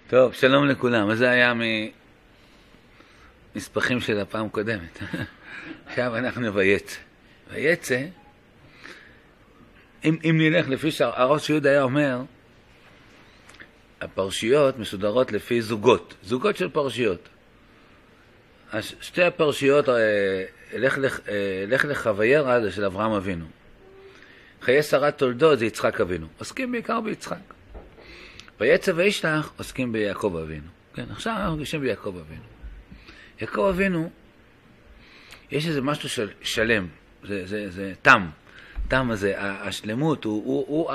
טוב, שלום לכולם. אז זה היה מספחים של הפעם הקודמת. עכשיו אנחנו ויצא. ויצא, אם נלך לפי שהראש יהודה היה אומר, הפרשיות מסודרות לפי זוגות, זוגות של פרשיות. אז שתי הפרשיות, לך לך וירא, זה של אברהם אבינו. חיי שרת תולדות זה יצחק אבינו. עוסקים בעיקר ביצחק. ויצא וישלח עוסקים ביעקב אבינו. כן, עכשיו אנחנו נפגשים ביעקב אבינו. יעקב אבינו, יש איזה משהו שלם, זה תם. תם הזה, השלמות, הוא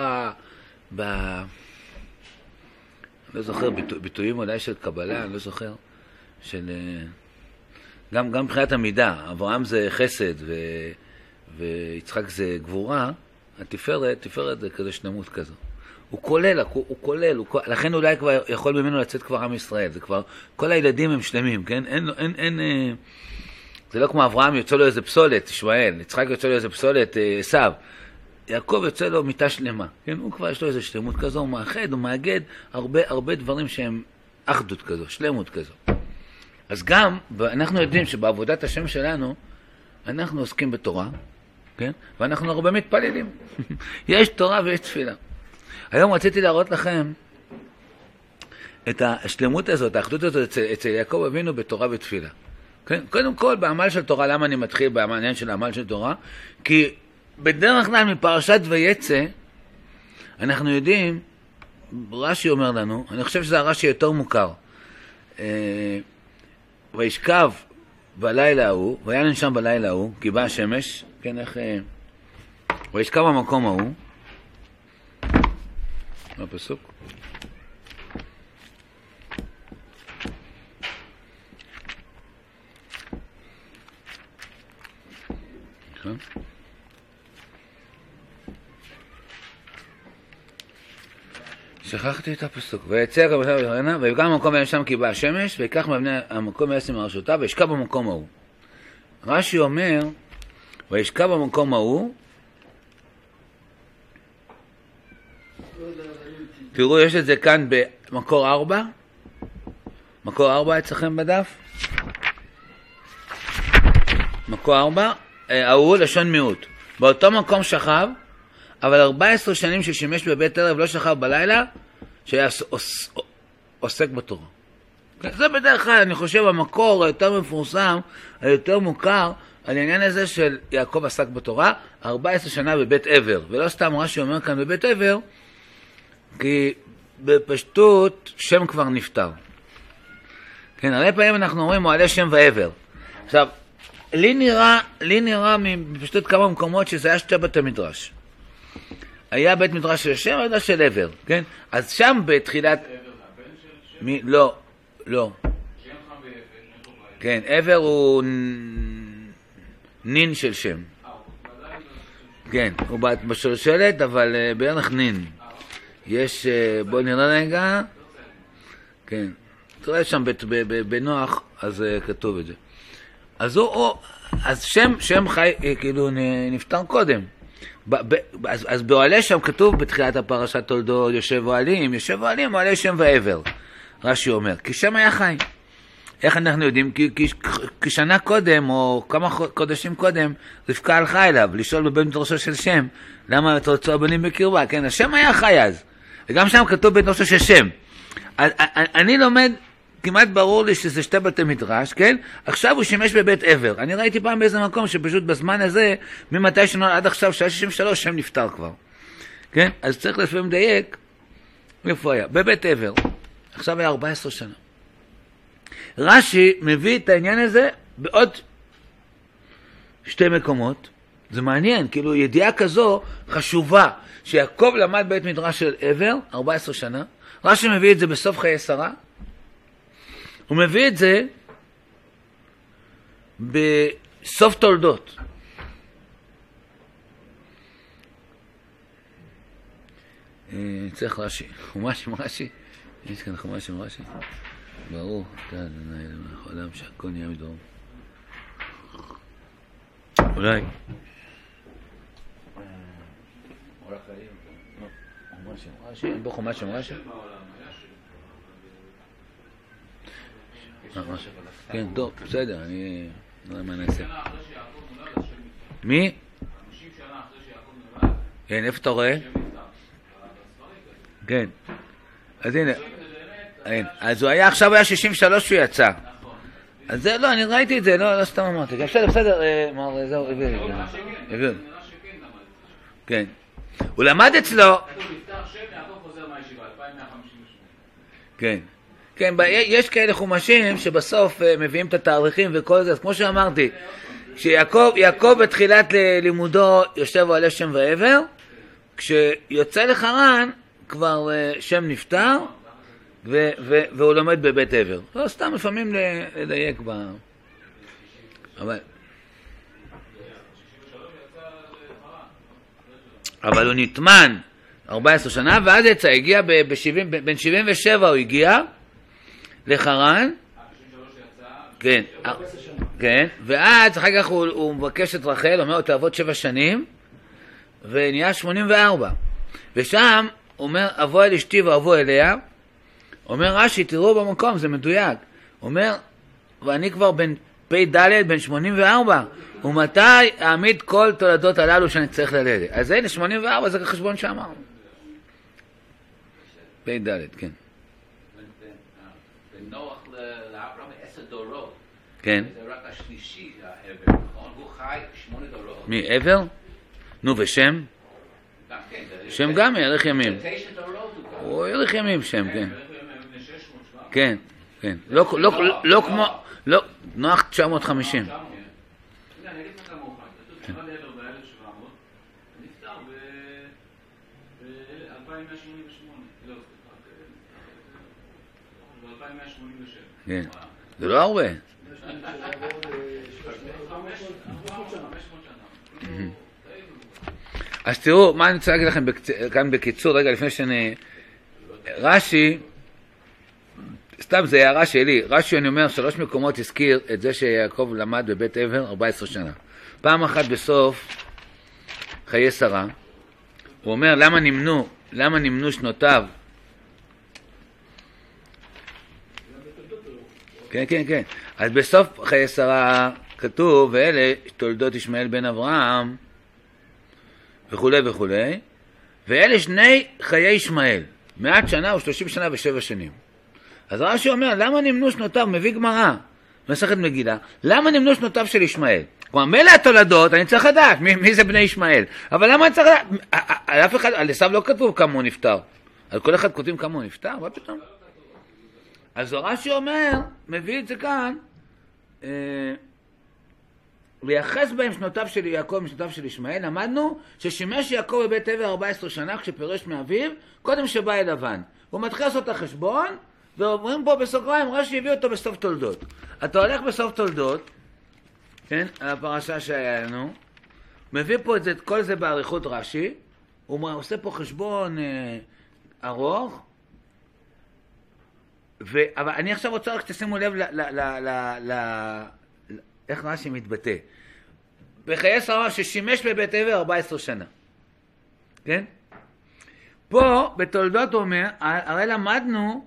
לא זוכר, ביטויים אולי של קבלה, אני לא זוכר, של... גם מבחינת המידה, אברהם זה חסד ויצחק זה גבורה, התפארת זה כזה שלמות כזו. הוא כולל, לכן אולי כבר יכול ממנו לצאת כבר עם ישראל, זה כבר, כל הילדים הם שלמים, כן? אין, זה לא כמו אברהם יוצא לו איזה פסולת, ישמעאל, יצחק יוצא לו איזה פסולת, עשיו, יעקב יוצא לו מיטה שלמה, כן? הוא כבר יש לו איזה שלמות כזו, הוא מאחד, הוא מאגד הרבה דברים שהם אחדות כזו, שלמות כזו. אז גם, אנחנו יודעים שבעבודת השם שלנו, אנחנו עוסקים בתורה, כן? ואנחנו הרבה מתפללים. יש תורה ויש תפילה. היום רציתי להראות לכם את השלמות הזאת, האחדות הזאת אצל יעקב אבינו בתורה ותפילה. כן? קודם כל, בעמל של תורה, למה אני מתחיל בעניין של העמל של תורה? כי בדרך כלל מפרשת ויצא, אנחנו יודעים, רש"י אומר לנו, אני חושב שזה הרש"י יותר מוכר, וישכב בלילה ההוא, ויען שם בלילה ההוא, כי באה השמש, כן, איך... וישכב במקום ההוא, מה פסוק? נכון? שכחתי את הפסוק. ויצא גם ויגע במקום היה שם כי באה השמש, ויקח מבני המקום יעשם מרשותיו, וישכב במקום ההוא. רש"י אומר, וישכב במקום ההוא, תראו, יש את זה כאן במקור 4. מקור 4 אצלכם בדף. מקור 4, ההוא לשון מיעוט. באותו מקום שכב, אבל 14 שנים ששימש בבית ערב לא שכב בלילה, שהיה עוסק בתורה. זה בדרך כלל, אני חושב, המקור היותר מפורסם, היותר מוכר, על העניין הזה של יעקב עסק בתורה, 14 שנה בבית עבר. ולא סתם רש"י אומר כאן בבית עבר, כי בפשטות שם כבר נפטר. כן, הרבה פעמים אנחנו אומרים מועלי שם ועבר. עכשיו, לי נראה בפשטות כמה מקומות שזה היה שתי בתי מדרש. היה בית מדרש של שם, היה של עבר, כן? אז שם בתחילת... עבר זה הבן של שם? לא. כן, עבר הוא נין של שם. כן, הוא בשרשלת, אבל בערך נין. יש, בוא נראה רגע. כן, תראה שם בנוח, אז כתוב את זה. אז שם חי, כאילו נפטר קודם. אז באוהלי שם כתוב בתחילת הפרשת תולדות יושב אוהלים, אוהלי שם ועבר, רש"י אומר, כי שם היה חי. איך אנחנו יודעים? כי שנה קודם, או כמה חודשים קודם, רבקה הלכה אליו, לשאול בבית מדרשו של שם, למה תרצו הבנים בקרבה, כן? השם היה חי אז, וגם שם כתוב בית מדרשו של שם. אני לומד, כמעט ברור לי שזה שתי בתי מדרש, כן? עכשיו הוא שימש בבית עבר. אני ראיתי פעם באיזה מקום שפשוט בזמן הזה, ממתי שנולד עד עכשיו, שעה 63, שם נפטר כבר. כן? אז צריך לפעמים לדייק, איפה היה? בבית עבר. עכשיו היה 14 שנה. רש"י מביא את העניין הזה בעוד שתי מקומות. זה מעניין, כאילו ידיעה כזו חשובה, שיעקב למד בית מדרש של עבר, 14 שנה. רש"י מביא את זה בסוף חיי שרה. הוא מביא את זה בסוף תולדות. צריך רש"י. חומש עם רש"י? יש כאן חומש עם רש"י? ברור, אתה אדוני אלוהינו העולם שהכל נהיה מדרום. אולי. חומש עם רש"י? אין בו חומש עם רש"י? כן, טוב, בסדר, אני לא יודע מה נעשה. מי? 50 שנה אחרי שיעקב נולד. כן, איפה אתה רואה? כן. אז הנה, אז הוא היה, עכשיו היה 63 שהוא יצא. אז זה, לא, אני ראיתי את זה, לא סתם אמרתי. בסדר, מר, זהו, הביא. כן. הוא למד אצלו. כתוב, נפטר שם, יעקב חוזר מהישיבה, 2158. כן. כן, יש כאלה חומשים שבסוף מביאים את התאריכים וכל זה, אז כמו שאמרתי, כשיעקב בתחילת לימודו יושב על שם ועבר, כשיוצא לחרן כבר שם נפטר, והוא לומד בבית עבר. לא סתם לפעמים לדייק בה. אבל הוא נתמן 14 שנה, ואז יצא, הגיע בין 77 הוא הגיע לחרן. כן, כן, ואז אחר כך הוא מבקש את רחל, אומר, תעבוד 7 שנים, ונהיה 84. ושם הוא אומר, אבוא אל אשתי ואבוא אליה. אומר רש"י, תראו במקום, זה מדויק. אומר, ואני כבר פ"ד, בן 84, ומתי אעמיד כל תולדות הללו שאני צריך ללדת? אז זה 84, זה החשבון שאמרנו. פ"ד, כן. ונוח לאברהם 10 דורות. כן. זה רק השלישי, העבר, נכון? הוא חי 8 דורות. מי, עבר? נו, ושם? גם כן. שם גם יאריך ימים. 9 דורות הוא כבר. הוא יאריך ימים שם, כן. בני 600, 700. כן, כן. לא כמו, לא, נוח 950. הנה, אני אגיד לך כמה הוא חי. כתוב, נולד עבר ב-1700, נפטר ב-2188. לא, ב-2187. כן. זה לא הרבה. 500 שנה. אז תראו, מה אני רוצה להגיד לכם כאן בקיצור, רגע לפני שאני... רש"י, סתם זה הערה שלי, רש"י אני אומר 3 מקומות הזכיר את זה שיעקב למד בבית עבר 14 שנה. פעם אחת בסוף חיי שרה, הוא אומר למה נמנו שנותיו? כן, כן, כן. אז בסוף חיי שרה כתוב, ואלה תולדות ישמעאל בן אברהם, וכו' וכו', ואלה 2 חיי ישמעאל, 100 שנה ו30 שנה ו7 שנים. אז רש"י אומר, למה נמנו שנותיו? מביא גמרא, מסכת מגילה, למה נמנו שנותיו של ישמעאל? כלומר, מילא התולדות, אני צריך לדעת מי זה בני ישמעאל, אבל למה אני צריך לדעת? על אף אחד, על עשיו לא כתוב כמה הוא נפטר, על כל אחד כותבים כמה הוא נפטר, מה פתאום? אז רש"י אומר, מביא את זה כאן, ויחס בהם שנותיו של יעקב ושנותיו של ישמעאל. למדנו ששימש יעקב בבית עבר 14 שנה כשפרש מאביו, קודם שבא אל לבן. הוא מתחיל לעשות את החשבון, ואומרים פה בסוגריים, רש"י הביא אותו בסוף תולדות. אתה הולך בסוף תולדות, כן, על הפרשה שהיה לנו, מביא פה את כל זה בעריכות רש"י, הוא עושה פה חשבון ארוך, אבל אני עכשיו רוצה רק שתשימו לב איך רש"י מתבטא. בחיי שרה ששימש בבית עבר 14 שנה. כן? פה בתולדות אומר, הרי למדנו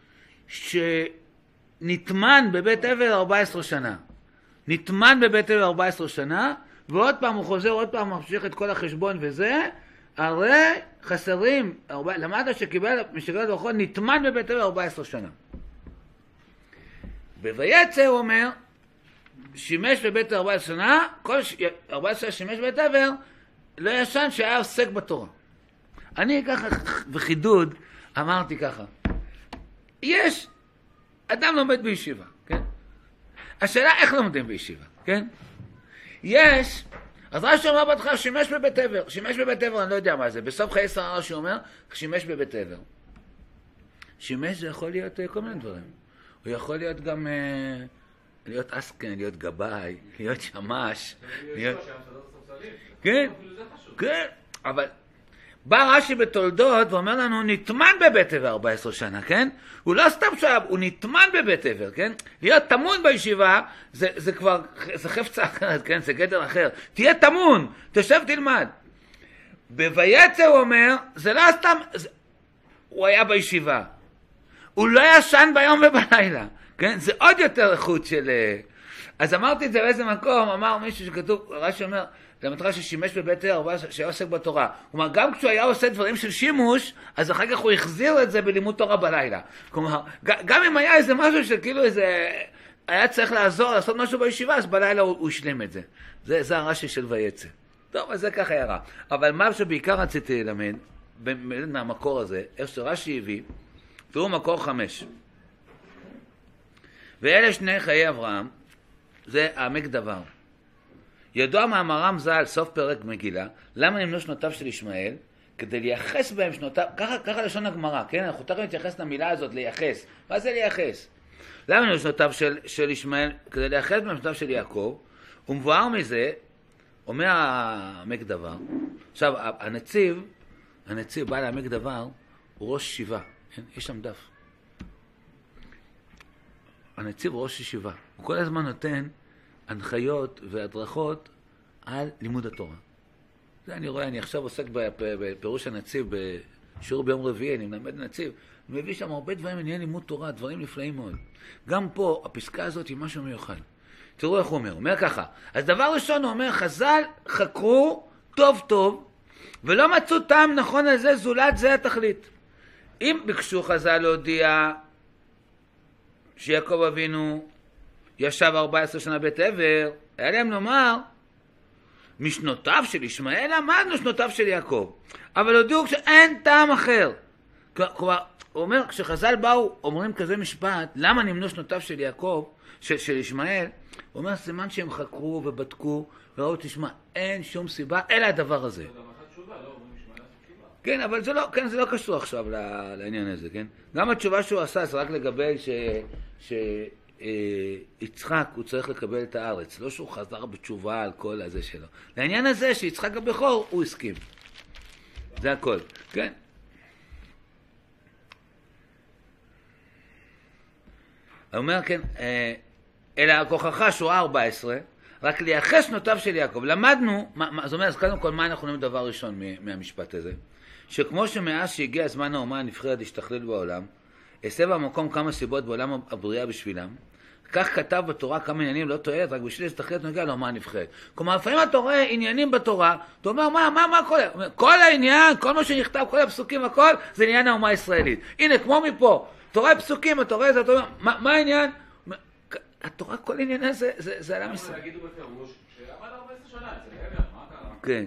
שנטמן בבית עבר 14 שנה. נטמן בבית עבר 14 שנה, ועוד פעם הוא חוזר, עוד פעם ממשיך את כל החשבון וזה, הרי חסרים, למדת שקיבל משגל דרכון, נטמן בבית עבר 14 שנה. בויצא הוא אומר, שימש בבית 14 שנה, כל 14 שנה שימש בבית עבר, לא ישן שהיה עוסק בתורה. אני ככה בחידוד אמרתי ככה, יש, אדם לומד בישיבה, כן? השאלה איך לומדים בישיבה, כן? יש, אז רש"י אומר בהתחלה, שימש בבית עבר, שימש בבית עבר, אני לא יודע מה זה, בסוף חיי שרה רש"י אומר, שימש בבית עבר. שימש זה יכול להיות כל מיני דברים. הוא יכול להיות גם להיות אסקן, להיות גבאי, להיות שמש. כן, כן, אבל בא רש"י בתולדות ואומר לנו, נטמן בבית עבר 14 שנה, כן? הוא לא סתם שואב, הוא נטמן בבית עבר, כן? להיות תמון בישיבה, זה כבר, זה חפצה אחרת, כן? זה גדר אחר. תהיה תמון, תשב תלמד. בויצא הוא אומר, זה לא סתם, הוא היה בישיבה. הוא לא ישן ביום ובלילה, כן? זה עוד יותר איכות של... אז אמרתי את זה באיזה מקום, אמר מישהו שכתוב, רש"י אומר, זה המטרה ששימש בבית אל, שהיה עוסק בתורה. כלומר, גם כשהוא היה עושה דברים של שימוש, אז אחר כך הוא החזיר את זה בלימוד תורה בלילה. כלומר, גם אם היה איזה משהו שכאילו איזה... היה צריך לעזור, לעשות משהו בישיבה, אז בלילה הוא השלים את זה. זה הרש"י של ויצא. טוב, אז זה ככה היה רע. אבל מה שבעיקר רציתי ללמד, מהמקור הזה, איך שרש"י הביא, תראו מקור 5. ואלה שני חיי אברהם, זה העמק דבר. ידוע מאמרם ז"ל, סוף פרק מגילה, למה נמנו שנותיו של ישמעאל? כדי לייחס בהם שנותיו, ככה לשון הגמרא, כן? אנחנו תכף נתייחס למילה הזאת, לייחס. מה זה לייחס? למה נמנו שנותיו של ישמעאל? כדי לייחס בהם שנותיו של יעקב. ומבואר מזה, אומר העמק דבר. עכשיו, הנציב בעל העמק דבר, הוא ראש ישיבה. כן? יש שם דף. הנציב הוא ראש ישיבה. הוא כל הזמן נותן הנחיות והדרכות על לימוד התורה. זה אני רואה, אני עכשיו עוסק בפירוש הנציב, בשיעור ביום רביעי, אני מלמד הנציב, אני מביא שם הרבה דברים, עניין לימוד תורה, דברים נפלאים מאוד. גם פה, הפסקה הזאת היא משהו מיוחד. תראו איך הוא אומר, הוא אומר ככה, אז דבר ראשון הוא אומר, חז"ל חקרו טוב טוב, ולא מצאו טעם נכון על זה, זולת זה התכלית. אם ביקשו חז"ל להודיע שיעקב אבינו ישב 14 שנה בית עבר, היה להם לומר, משנותיו של ישמעאל למדנו שנותיו של יעקב. אבל הודיעו שאין טעם אחר. כלומר, הוא אומר, כשחז"ל באו, אומרים כזה משפט, למה נמנו שנותיו של יעקב, של ישמעאל, הוא אומר, סימן שהם חקרו ובדקו, וראו, תשמע, אין שום סיבה, אלא הדבר הזה. כן, אבל זה לא קשור עכשיו לעניין הזה, כן? גם התשובה שהוא עשה, זה רק לגבי יצחק הוא צריך לקבל את הארץ, לא שהוא חזר בתשובה על כל הזה שלו. לעניין הזה שיצחק הבכור הוא הסכים. זה הכל, כן? הוא אומר, כן, אלא הכוחך שהוא 14, רק לייחס שנותיו של יעקב. למדנו, זאת אומרת, אז קודם כל, מה אנחנו לומדים דבר ראשון מהמשפט הזה? שכמו שמאז שהגיע הזמן האומה הנבחרת להשתכלל בעולם, הסב המקום כמה סיבות בעולם הבריאה בשבילם, כך כתב בתורה כמה עניינים לא תועלת, רק בשביל להשתכלל נוגע לאומה הנבחרת. כלומר, לפעמים אתה רואה עניינים בתורה, אתה אומר, מה כל העניין, כל מה שנכתב, כל הפסוקים, הכל, זה עניין האומה הישראלית. הנה, כמו מפה, אתה רואה פסוקים, אתה רואה זה, אתה אומר, מה העניין? התורה, כל עניין הזה, זה על עם ישראל. למה להגידו בפירוש, שעמד 14 שנה, זה עבר, מה קרה? כן.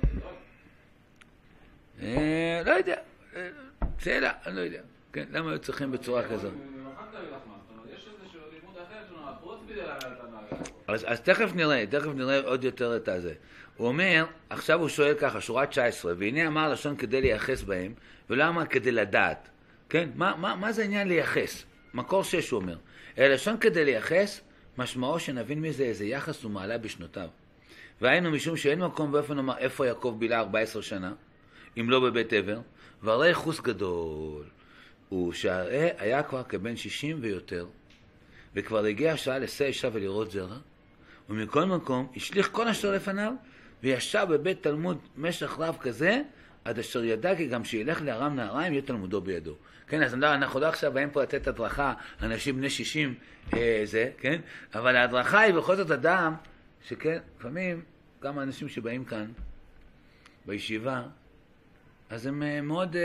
לא יודע, שאלה, אני לא יודע. כן, למה היו צריכים בצורה כזאת? אז תכף נראה עוד יותר את הזה. הוא אומר, עכשיו הוא שואל ככה, שורה 19, והנה אמר לשון כדי לייחס בהם, ולא אמר כדי לדעת. כן, מה זה עניין לייחס? מקור 6 הוא אומר. לשון כדי לייחס, משמעו שנבין מזה איזה יחס ומעלה בשנותיו. והיינו משום שאין מקום באופן לומר איפה יעקב בילה 14 שנה, אם לא בבית עבר, והרי ייחוס גדול. הוא שהרי היה כבר כבן 60 ויותר, וכבר הגיע השעה לשא אישה ולראות זרע, ומכל מקום השליך כל אשר לפניו, וישב בבית תלמוד משך רב כזה, עד אשר ידע כי גם שילך לארם נהריים יהיה תלמודו בידו. כן, אז אנחנו לא עכשיו באים פה לתת הדרכה, אנשים בני 60 כן? אבל ההדרכה היא בכל זאת אדם, שכן, לפעמים גם האנשים שבאים כאן, בישיבה, אז הם מאוד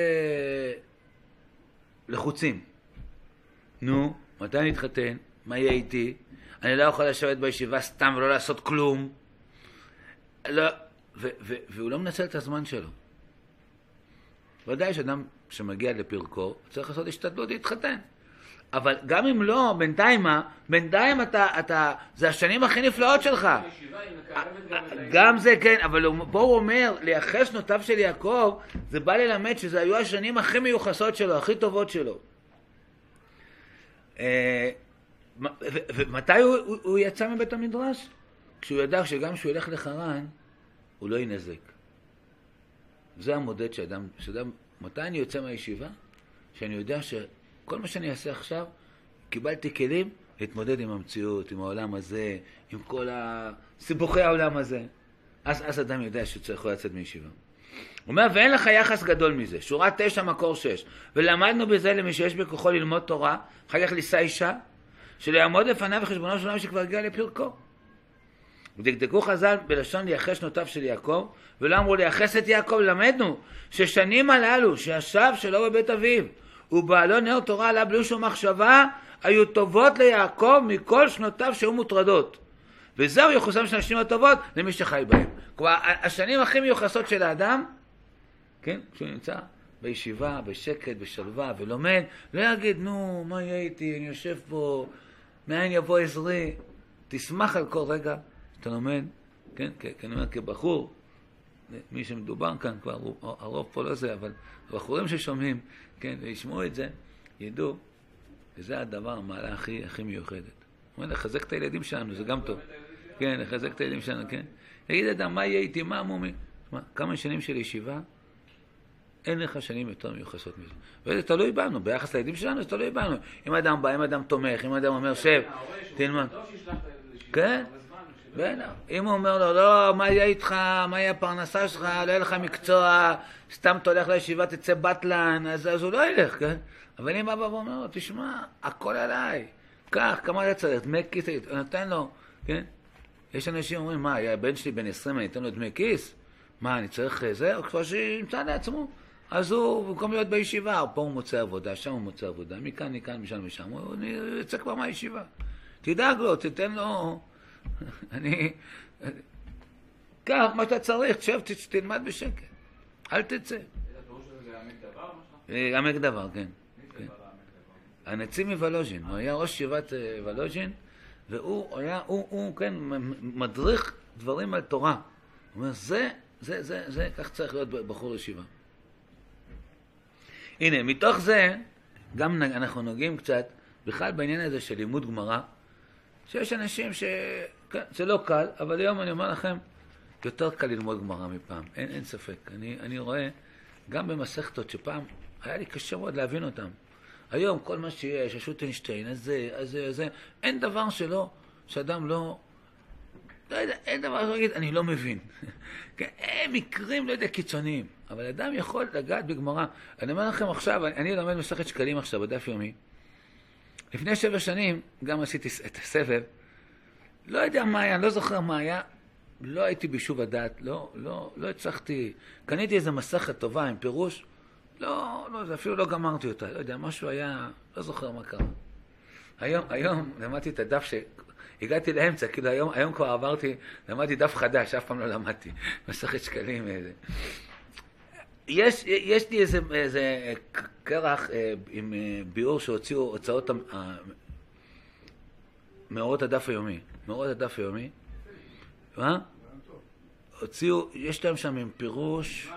לחוצים. נו, מתי נתחתן? מה יהיה איתי? אני לא יכול לשבת בישיבה סתם ולא לעשות כלום. לא, והוא לא מנצל את הזמן שלו. ודאי שאדם שמגיע לפרקו צריך לעשות השתדלות להתחתן. אבל גם אם לא, בינתיים אתה, זה השנים הכי נפלאות שלך. גם זה כן, אבל פה הוא אומר, לייחס שנותיו של יעקב, זה בא ללמד שזה היו השנים הכי מיוחסות שלו, הכי טובות שלו. ומתי הוא יצא מבית המדרש? כשהוא ידע שגם כשהוא ילך לחרן, הוא לא ינזק. זה המודד שאדם, מתי אני יוצא מהישיבה? שאני יודע שכל מה שאני אעשה עכשיו, קיבלתי כלים להתמודד עם המציאות, עם העולם הזה, עם כל סיבוכי העולם הזה. אז אדם יודע שצריך לצאת מישיבה. הוא אומר, ואין לך יחס גדול מזה. שורה 9, מקור 6. ולמדנו בזה למי שיש בכוחו ללמוד תורה, אחר כך לישא אישה, שלא יעמוד לפניו חשבונו של עולם שכבר הגיע לפרקו. ודקדקו חז"ל בלשון לייחס שנותיו של יעקב, ולא אמרו לייחס את יעקב. למדנו ששנים הללו שישב שלא בבית אביו ובעלו נר תורה עליו בלי שום מחשבה, היו טובות ליעקב מכל שנותיו שהיו מוטרדות. וזהו יחוסם של השנים הטובות למי שחי בהם. כלומר, השנים הכי מיוחסות של האדם, כן, כשהוא נמצא בישיבה, בשקט, בשלווה, ולומד, לא יגיד, נו, מה יהיה איתי, אני יושב פה, מאין יבוא עזרי. תשמח על כל רגע שאתה לומד, כן, אני אומר, כבחור, מי שמדובר כאן כבר, הרוב פה לא זה, אבל הבחורים ששומעים, כן, וישמעו את זה, ידעו, וזה הדבר, המעלה הכי מיוחדת. הוא אומר, לחזק את הילדים שלנו, זה גם טוב. כן, לחזק את הילדים שלנו, כן. יגיד אדם, מה יהיה איתי, מה מומי? כמה שנים של ישיבה, אין לך שנים יותר מיוחסות מזה. וזה תלוי בנו, ביחס לילדים שלנו, זה תלוי בנו. אם אדם בא, אם אדם תומך, אם אדם אומר, שב, תלמד. כן? בטח. אם הוא אומר לו, לא, מה יהיה איתך, מה יהיה הפרנסה שלך, לא יהיה לך מקצוע, סתם תולך לישיבה, תצא בטלן, אז הוא לא ילך, כן? אבל אם אבא אומר לו, תשמע, הכל עליי, כך, כמה אתה צריך, דמי כיס, נותן לו, כן? יש אנשים אומרים, מה, הבן שלי בן 20, אני אתן לו דמי כיס? מה, אני צריך זה? או כבר שימצא לעצמו. אז הוא, במקום להיות בישיבה, פה הוא מוצא עבודה, שם הוא מוצא עבודה, מכאן, משם, הוא יצא כבר מהישיבה. תדאג לו, תתן לו, כך, מה שאתה צריך, תשב, תלמד בשקט. אל תצא. איזה פירוש הזה, זה עמק דבר, מה שלך? עמק דבר, כן. הנציב מוולוז'ין, הוא היה ראש ישיבת וולוז'ין, והוא היה, הוא כן, מדריך דברים על תורה. הוא אומר, זה, כך צריך להיות בחור ישיבה. הנה, מתוך זה, גם אנחנו נוגעים קצת, בכלל בעניין הזה של לימוד גמרא, שיש אנשים כן, זה לא קל, אבל היום אני אומר לכם, יותר קל ללמוד גמרא מפעם, אין ספק. אני רואה, גם במסכתות שפעם היה לי קשה מאוד להבין אותם. היום כל מה שיש, השוטנשטיין, אז זה, אין דבר שאדם לא יודע, אין דבר שלא יגיד, אני לא מבין. אין מקרים, לא יודע, קיצוניים. אבל אדם יכול לגעת בגמרא. אני אומר לכם עכשיו, אני לומד מסכת שקלים עכשיו, בדף יומי. לפני 7 שנים, גם עשיתי את הסבב. לא יודע מה היה, אני לא זוכר מה היה. לא הייתי בישוב הדעת, לא הצלחתי. קניתי איזו מסכת טובה עם פירוש. לא, אפילו לא גמרתי אותה. לא יודע, משהו היה, לא זוכר מה קרה. היום למדתי את הדף הגעתי לאמצע, כאילו היום כבר עברתי, למדתי דף חדש, אף פעם לא למדתי. מסכת שקלים איזה. יש לי איזה קרח עם ביאור שהוציאו הוצאות מאורות הדף היומי. מאורות הדף היומי. מה? הוציאו, יש להם שם עם פירוש.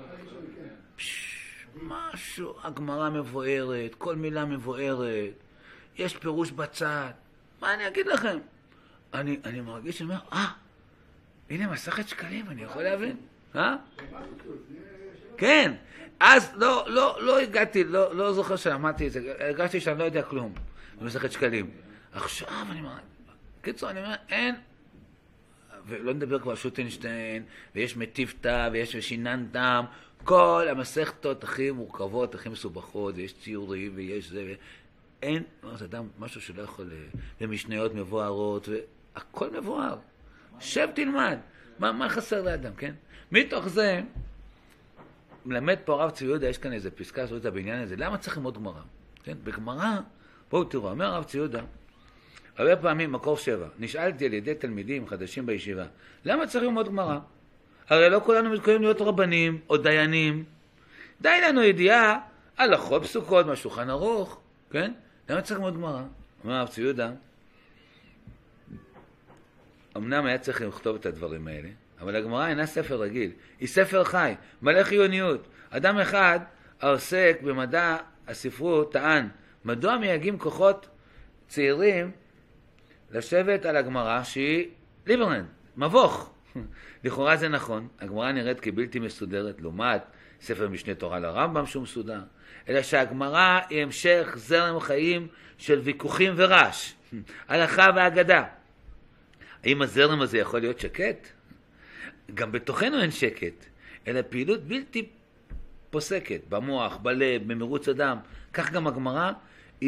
משהו, הגמרא מבוארת, כל מילה מבוארת. יש פירוש בצד. מה אני אגיד לכם? אני מרגיש שאני אומר, הנה מסכת שקלים, אני יכול להבין. כן, אז לא הגעתי, לא זוכר שלמדתי את זה, הרגשתי שאני לא יודע כלום במסכת שקלים. עכשיו אני אומר, קיצור, אני אומר, אין, ולא נדבר כבר שוטנשטיין, ויש מטיבתא, ויש שיננתם, כל המסכתות הכי מורכבות, הכי מסובכות, ויש ציורים, ויש זה, אין, זה אדם, משהו שלא יכול, למשניות מבוארות, והכל מבואר. שב תלמד. מה חסר לאדם, כן? מתוך זה, מלמד פה הרב צבי יהודה, יש כאן איזה פסקה שעושה בעניין הזה, למה צריך ללמוד גמרא? כן? בגמרא, בואו תראו, אומר הרב צבי יהודה, הרבה פעמים, מקור 7, נשאלתי על ידי תלמידים חדשים בישיבה, למה צריך ללמוד גמרא? הרי לא כולנו מתכוונים להיות רבנים או דיינים. די לנו ידיעה, הלכות פסוקות, מהשולחן ערוך, כן? למה צריך ללמוד גמרא? אומר הרב צבי יהודה, אמנם היה צריך לכתוב את הדברים האלה, אבל הגמרא אינה ספר רגיל, היא ספר חי, מלא חיוניות. אדם אחד העוסק במדע הספרות טען, מדוע מייגעים כוחות צעירים לשבת על הגמרא שהיא ליברנד, מבוך. לכאורה זה נכון, הגמרא נראית כבלתי מסודרת, לעומת ספר משנה תורה לרמב"ם שהוא מסודר, אלא שהגמרא היא המשך זרם חיים של ויכוחים ורעש, הלכה והגדה. האם הזרם הזה יכול להיות שקט? גם בתוכנו אין שקט, אלא פעילות בלתי פוסקת, במוח, בלב, במרוץ הדם. כך גם הגמרא היא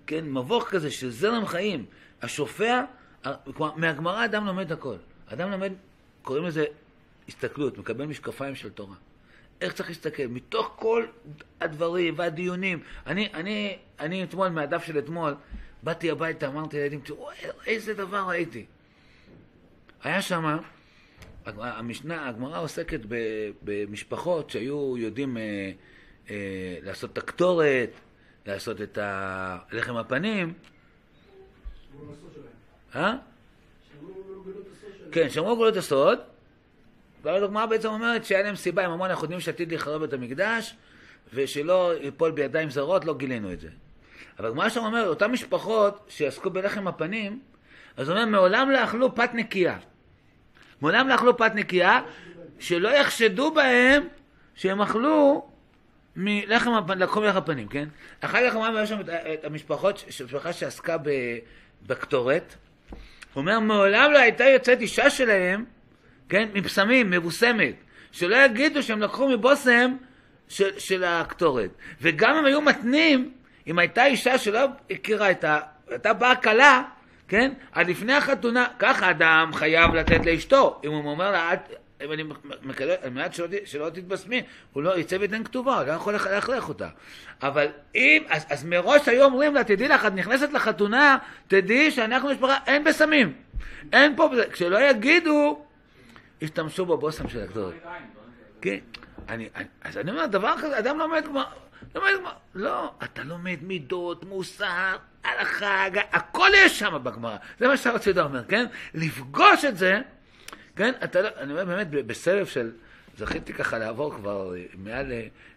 כן, מבוך כזה של זרם חיים, השופע, מהגמרא אדם לומד הכל. אדם לומד, קוראים לזה הסתכלות, מקבל משקפיים של תורה. איך צריך להסתכל? מתוך כל הדברים והדיונים. אני אתמול, מהדף של אתמול, באתי הביתה, אמרתי לילדים, תראו, איזה דבר ראיתי. היה שם, הגמרא עוסקת במשפחות שהיו יודעים לעשות את הקטורת, לעשות את לחם הפנים. שמרו הסוד שלהם. שמרו גלות הסוד שלהם. כן, שמרו גלות הסוד. והגמרא בעצם אומרת שהיה להם סיבה, הם אמרו, אנחנו יודעים שעתיד להיחרב את המקדש, ושלא ייפול בידיים זרות, לא גילינו את זה. אבל הגמרא שם אומרת, אותן משפחות שעסקו בלחם הפנים, אז אומר, מעולם לא אכלו פת נקייה. מעולם לא אכלו פת נקייה, שלא יחשדו בהם שהם אכלו מלחם הפנים, לקחו מלחם הפנים, כן? אחר כך אמרנו, יש שם את המשפחות, משפחה שעסקה בקטורת, הוא אומר, מעולם לא הייתה יוצאת אישה שלהם, כן? מבשמים, מבוסמת, שלא יגידו שהם לקחו מבוסם של הקטורת. וגם הם היו מתנים, אם הייתה אישה שלא הכירה הייתה באה קלה, כן? עד לפני החתונה, ככה אדם חייב לתת לאשתו. אם הוא אומר לה, אם אני מקדם, על מנת שלא תתבשמי, הוא לא יצא ויתן כתובה, הוא לא יכול להכריח אותה. אבל אם, אז מראש היו אומרים לה, תדעי לך, את נכנסת לחתונה, תדעי שאנחנו משפחה, אין בסמים. אין פה, כשלא יגידו, השתמשו בבוסם של הקטורת. כן, אז אני אומר, דבר כזה, אדם לומד גמרא, לא, אתה לומד מידות, מוסר, הלכה, הכל יש שם בגמרא. זה מה שהרב ציודה אומר, כן? לפגוש את זה, כן? אני אומר באמת, בסבב של, זכיתי ככה לעבור כבר מעל,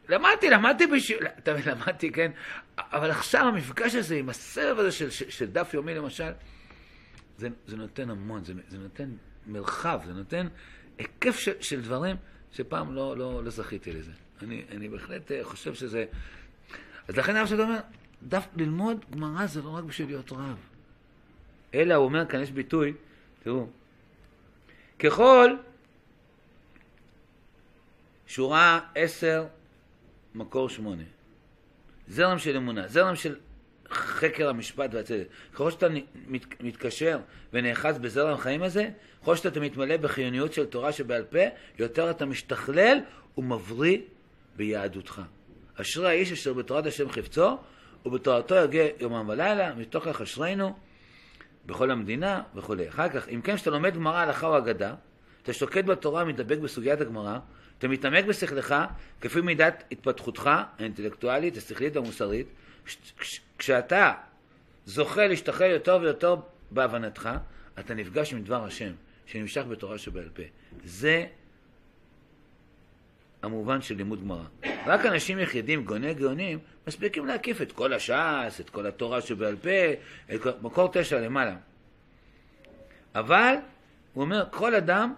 למדתי, כן? אבל עכשיו המפגש הזה עם הסבב הזה של דף יומי למשל, זה נותן המון, זה נותן מרחב, זה נותן היקף של דברים שפעם לא זכיתי לזה. אני בהחלט חושב שזה... אז לכן הרב שאתה אומר, ללמוד גמרא זה לא רק בשביל להיות רב. אלא הוא אומר, כאן יש ביטוי, תראו, ככל שורה 10, מקור 8. זרם של אמונה, זרם של חקר המשפט והצדק. ככל שאתה מתקשר ונאחז בזרם החיים הזה, ככל שאתה מתמלא בחיוניות של תורה שבעל פה, יותר אתה משתכלל ומבריא ביהדותך. אשרי האיש אשר בתורת השם חפצו, ובתורתו יגיע יומם ולילה, מתוך כך אשרינו בכל המדינה וכו'. אחר כך, אם כן, שאתה לומד גמרא הלכה או אגדה, אתה שוקד בתורה ומתדבק בסוגיית הגמרא, אתה מתעמק בשכלך, כפי מידת התפתחותך האינטלקטואלית, השכלית והמוסרית, כשאתה זוכה להשתחרר יותר ויותר בהבנתך, אתה נפגש עם דבר השם, שנמשך בתורה שבעל פה. זה המובן של לימוד גמרא. רק אנשים יחידים, גאונים, מספיקים להקיף את כל הש"ס, את כל התורה שבעל פה, את כל... מקור 9 למעלה. אבל, הוא אומר, כל אדם,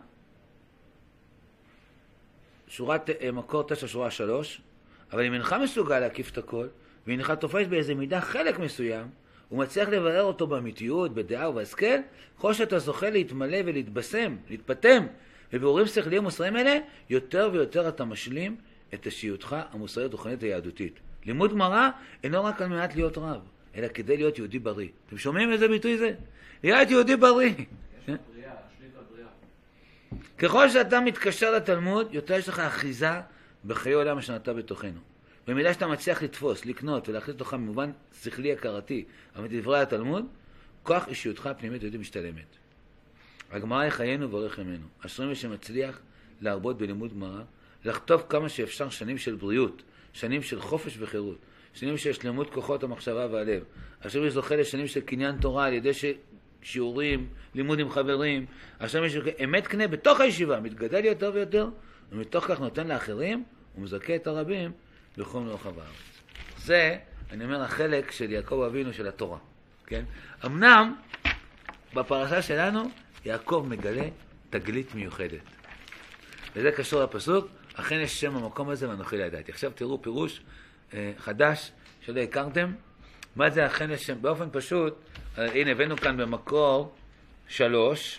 מקור 9 שורה 3, אבל אם אינך מסוגל להקיף את הכל, ואינך תופס באיזה מידה חלק מסוים, הוא מצליח לברר אותו באמיתיות, בדעה ובהשכל, ככל שאתה זוכה להתמלא ולהתבשם, להתפתם, בבירורים שכליים ומוסריים אלה, יותר ויותר אתה משלים את אישיותך המוסרית הרוחנית היהדותית. לימוד גמרא אינו רק על מנת להיות רב, אלא כדי להיות יהודי בריא. אתם שומעים איזה ביטוי זה? להיות יהודי בריא. יש בריאה, שליטה בריאה. ככל שאתה מתקשר לתלמוד, יותר יש לך אחיזה בחיי עולם שנתה בתוכנו. במידה שאתה מצליח לתפוס, לקנות ולהכניס לתוכה במובן שכלי הכרתי, אבל דברי התלמוד, כוח אישיותך הפנימית יהודי משתלמת. הגמרא היא חיינו ואורך ימינו. אשרי מי שמצליח להרבות בלימוד גמרא, לחטוף כמה שאפשר שנים של בריאות, שנים של חופש וחירות, שנים של שלמות כוחות המחשבה והלב. אשרי מי זוכה לשנים של קניין תורה על ידי שיעורים, לימוד עם חברים. אשרי מי שאמת קנה בתוך הישיבה, מתגדל יותר ויותר, ומתוך כך נותן לאחרים ומזכה את הרבים בחום לרוחב הארץ. זה, אני אומר, החלק של יעקב אבינו של התורה. כן? אמנם, בפרשה שלנו, יעקב מגלה תגלית מיוחדת. וזה קשור לפסוק, אכן יש שם המקום הזה ואנוכי לא ידעתי. עכשיו תראו פירוש חדש שלא הכרתם. מה זה אכן יש שם? באופן פשוט, הנה הבאנו כאן במקור 3,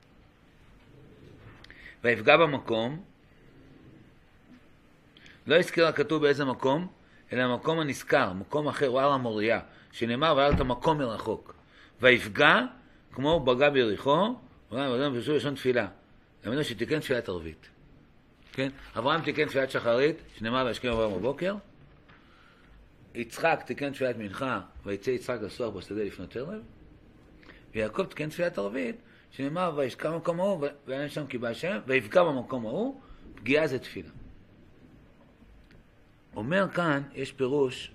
ויפגע במקום, לא הזכיר הכתוב באיזה מקום, אלא המקום הנזכר, מקום אחר, הוא הר המוריה, שנאמר והיה את המקום מרחוק. ויפגע, כמו בגע ביריחו, ואדם פרשו לשון תפילה. למדנו שתיקן תפילת ערבית. כן? אברהם תיקן תפילת שחרית, שנאמר וישכם אברהם בבוקר. יצחק תיקן תפילת מנחה, ויצא יצחק לסוח בשדה לפנות ערב. ויעקב תיקן תפילת ערבית, שנאמר וישכם במקום ההוא, ואין שם כי בא השם, ויפגע במקום ההוא, פגיעה זה תפילה. אומר כאן, יש פירוש,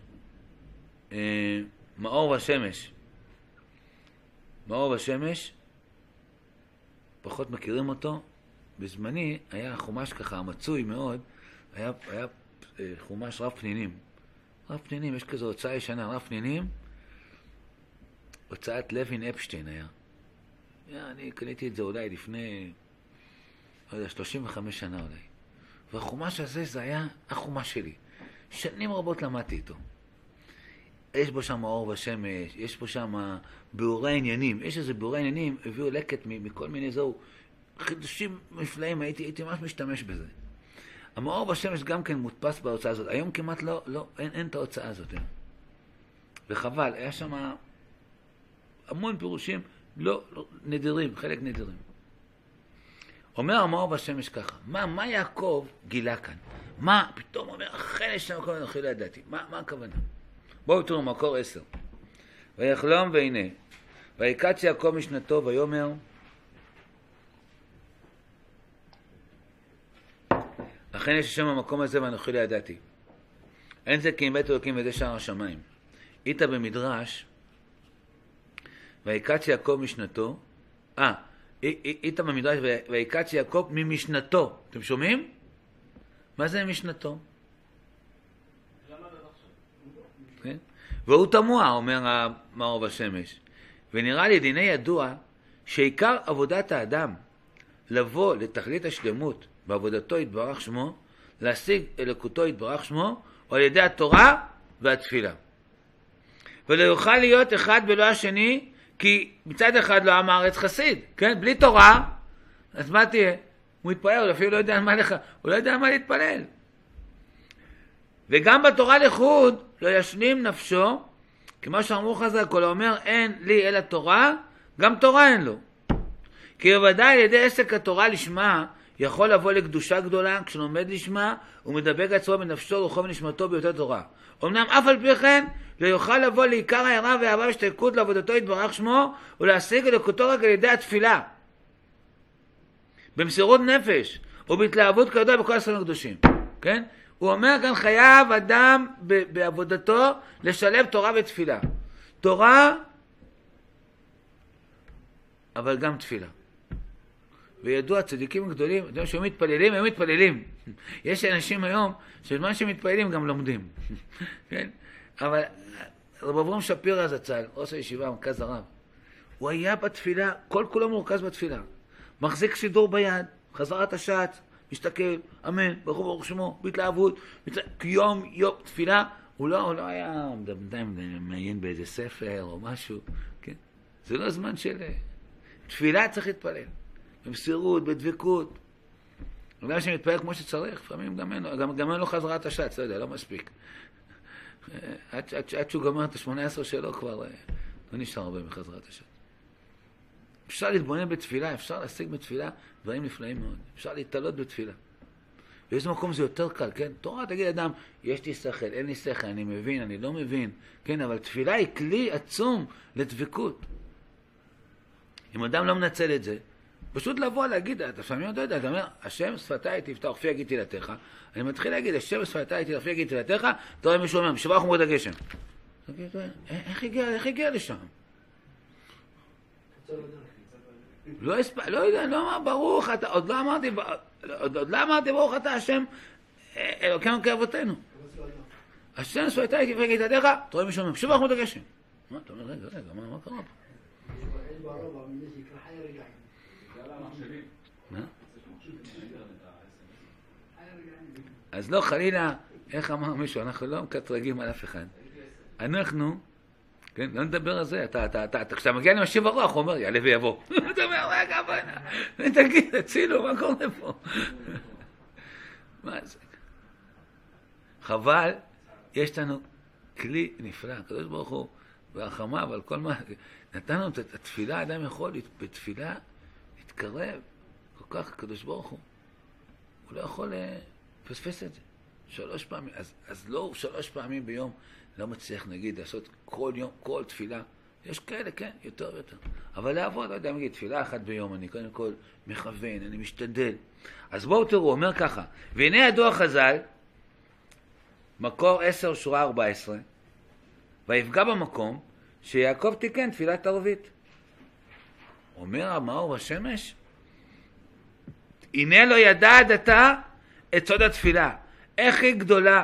מאור ושמש. מאור ושמש, פחות מכירים אותו. בזמני היה חומש ככה, מצוי מאוד, היה חומש רב פנינים. רב פנינים, יש כזו הוצאה ישנה, רב פנינים, הוצאת לוין אפשטיין היה. אני קניתי את זה אולי לפני, לא יודע, 35 שנה אולי. והחומש הזה זה היה החומש שלי. שנים רבות למדתי איתו. יש בו שם האור בשמש, יש בו שם ביאורי עניינים. יש איזה ביאורי עניינים, הביאו לקט מכל מיני זהו. חידושים מפלאים, הייתי ממש משתמש בזה. המאור בשמש גם כן מודפס בהוצאה הזאת. היום כמעט אין את ההוצאה הזאת. וחבל, היה שם המון פירושים נדירים, חלק נדירים. אומר המאור בשמש ככה, מה יעקב גילה כאן? מה פתאום אומר, אכן יש שם מקום אנוכי לא ידעתי. מה הכוונה? בואו תראו, מקור 10. ויחלום והנה, ויקץ יעקב משנתו ויאמר, אכן יש שם המקום הזה ואנוכי לא ידעתי. אין זה כי אם בית אלוקים וזה שער השמיים. איתה במדרש, ויקץ יעקב משנתו, איתה במדרש, ויקץ יעקב ממשנתו. אתם שומעים? מה זה משנתו? כן? והוא תמוה, אומר המאור בשמש. ונראה לי דיני ידוע שעיקר עבודת האדם לבוא לתכלית השלמות בעבודתו יתברך שמו, להשיג אלוקותו יתברך שמו, או על ידי התורה והתפילה. ולא יוכל להיות אחד בלא השני, כי מצד אחד לא עם הארץ חסיד, כן? בלי תורה, אז מה תהיה? הוא יתפלל, הוא אפילו לא יודע מה לך, הוא לא יודע מה להתפלל. וגם בתורה לחוד לא ישלים נפשו, כמו שאמרו חז"ל, כל האומר אין לי אלא תורה, גם תורה אין לו. כי בוודאי על ידי עסק התורה לשמה, יכול לבוא לקדושה גדולה, כשלומד לשמה, הוא מדבק עצמו בנפשו, רוחו ונשמתו ביותר תורה. אמנם אף על פי כן, לא יוכל לבוא לעיקר היראה והאהבה והשתוקקות לעבודתו יתברך שמו, ולהשיג אלוקותו רק על ידי התפילה. במסירות נפש, ובהתלהבות כידוע בכל הספרים הקדושים. כן? הוא אומר כאן חייב אדם בעבודתו לשלב תורה ותפילה. תורה, אבל גם תפילה. וידוע, צדיקים גדולים, אתם יודעים שהם מתפללים, הם מתפללים. יש אנשים היום שבזמן שהם מתפללים גם לומדים. כן? אבל רב אברהם שפירא זצ"ל, ראש הישיבה, מרכז הרב, הוא היה בתפילה, כל כולו מורכז בתפילה. מחזיק סידור ביד, חזרת השעת, מסתכל, אמן, ברוך שמו, בהתלהבות, יום תפילה, הוא לא היה מעיין באיזה ספר או משהו, כן? זה לא זמן של תפילה, צריך להתפלל. במסירות, בדבקות. אולי שמתפלל כמו שצריך, לפעמים גם אין לו חזרת השעת, לא יודע, לא מספיק. עד שהוא גמר את ה-18 שלו כבר לא נשאר הרבה מחזרת השעת. אפשר להתבונן בתפילה, אפשר להשיג בתפילה דברים נפלאים מאוד. אפשר להתעלות בתפילה. באיזה מקום זה יותר קל, כן? תורה תגיד אדם, יש לי שכל, אין לי שכל, אני מבין, אני לא מבין, כן? אבל תפילה היא כלי עצום לדבקות. אם אדם לא מנצל את זה, פשוט לבוא להגיד, אתה לפעמים לא יודע, אתה אומר, השם שפתיי תפתח פי יגיד תהילתך. אני מתחיל להגיד, השם שפתיי תפתח פי יגיד תהילתך, אתה רואה מישהו אומר, בשבח ומורד הגשם. איך הגיע לשם? לא יודע, לא אמר ברוך אתה, עוד לא אמרתי ברוך אתה השם אלוקינו כאבותינו. השם שפתיי תפתח יגיד תהילתך, אתה רואה מישהו אומר, בשבח ומורד הגשם. מה, אתה אומר, רגע, מה קרה פה? אז לא חלילה, איך אמר מישהו, אנחנו לא מקטרגים על אף אחד. אנחנו, כן, לא נדבר על זה, כשאתה מגיע למשיב הרוח, הוא אומר, יעלה ויבוא. אתה אומר, רגע, תגיד, תצילו, מה קורה פה? מה זה? חבל, יש לנו כלי נפלא, הקדוש ברוך הוא, והחמה, אבל כל מה... נתנו את התפילה, אדם יכול בתפילה להתקרב כל כך הקדוש ברוך הוא. הוא לא יכול לפספס את זה. 3 פעמים, אז לא 3 פעמים ביום, לא מצליח נגיד לעשות כל יום, כל תפילה. יש כאלה, כן, יותר ויותר. אבל לעבוד, לא יודע, נגיד, תפילה 1 ביום, אני קודם כל מכוון, אני משתדל. אז בואו תראו, הוא אומר ככה, והנה ידוע חז"ל, מקור 10 שורה 14, ויפגע במקום שיעקב תיקן תפילת ערבית. אומר המאור השמש, הנה לא ידע עתה את סוד התפילה, איך היא גדולה.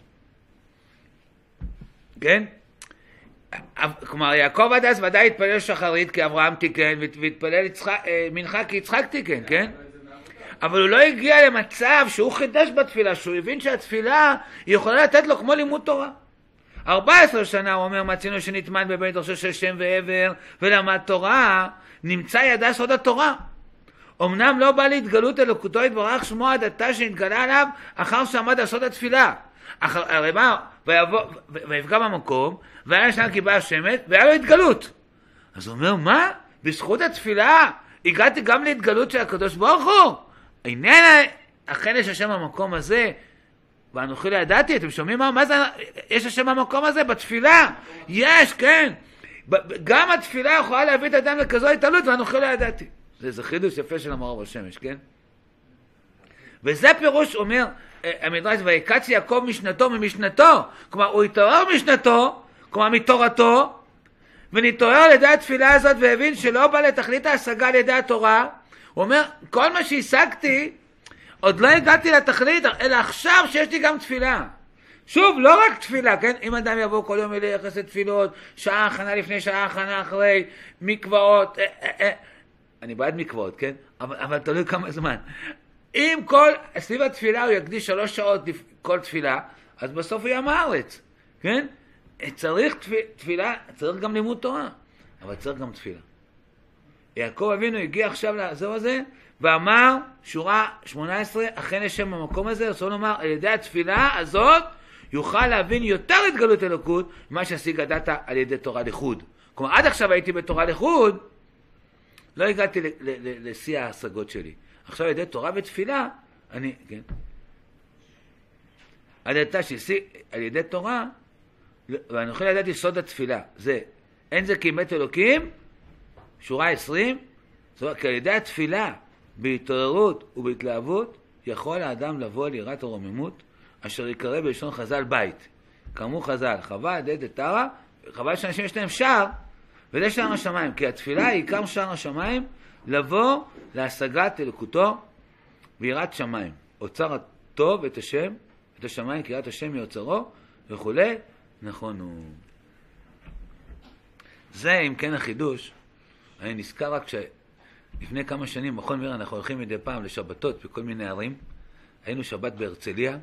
כן? כלומר, יעקב עד אז ודאי התפלל שחרית כי אברהם תיקן, והתפלל מנחה כי יצחק תיקן, כן? אבל הוא לא הגיע למצב שהוא חידש בתפילה, שהוא הבין שהתפילה היא יכולה לתת לו כמו לימוד תורה. 14 שנה הוא אומר, מצינו שנטמן בבית ראשו של שם ועבר ולמד תורה, נמצא ידע סוד התורה. אמנם לא בא להתגלות אלוקותו יתברך שמו עד עתה שנתגלה עליו אחר שעמד על סוד התפילה. הרי מה, ויפגע במקום, והיה לשם קיבל השמש, והיה לו התגלות. אז הוא אומר, מה? בזכות התפילה הגעתי גם להתגלות של הקדוש ברוך הוא. הנה, אכן יש השם במקום הזה, ואנוכי לא ידעתי, אתם שומעים מה זה? יש השם במקום הזה, בתפילה. יש, כן. גם התפילה יכולה להביא את האדם לכזו התעלות, ואנוכי לא ידעתי. זה חידוש יפה של המאור השמש, כן? וזה פירוש אומר, המדרש, ויקץ יעקב משנתו ממשנתו. כלומר, הוא התעורר משנתו, כלומר מתורתו, ונתעורר על ידי התפילה הזאת, והבין שלא בא לתכלית ההשגה על ידי התורה. הוא אומר, כל מה שהשגתי, עוד לא הגעתי לתכלית, אלא עכשיו שיש לי גם תפילה. שוב, לא רק תפילה, כן? אם אדם יבוא כל יום אלי יחס לתפילות, שעה הכנה לפני, שעה הכנה אחרי, מקוואות, אני בעד מקוואות, כן? אבל תלוי כמה זמן. אם סביב התפילה הוא יקדיש 3 שעות כל תפילה, אז בסוף הוא יהיה מהארץ, כן? צריך תפילה, צריך גם לימוד תורה, אבל צריך גם תפילה. יעקב אבינו הגיע עכשיו לאזור הזה, ואמר, שורה 18, אכן יש שם במקום הזה, רוצה לומר, על ידי התפילה הזאת, יוכל להבין יותר התגלות אלוקות, ממה שהשיג הדעת על ידי תורה לחוד. כלומר, עד עכשיו הייתי בתורה לחוד, לא הגעתי לשיא ההשגות שלי. עכשיו על ידי תורה ותפילה, כן? על ידי תורה, ואני יכול לדעתי סוד התפילה, זה, אין זה כימת אלוקים, שורה 20, זאת אומרת, כי על ידי התפילה, בהתעוררות ובהתלהבות, יכול האדם לבוא ליראת הרוממות, אשר יקרא בלשון חז"ל בית. כאמור חז"ל, חווה עד תרה, חווה שאנשים יש להם שער, וזה שער השמיים, כי התפילה היא עיקר שער השמיים, לבוא להשגת אלוקותו ויראת שמיים. אוצר הטוב את השם, את השמיים, כי יראת השם מיוצרו, וכו'. נכון הוא. זה אם כן החידוש. אני נזכר רק שלפני כמה שנים, מכון מירה, אנחנו הולכים מדי פעם לשבתות בכל מיני ערים. היינו שבת בהרצליה,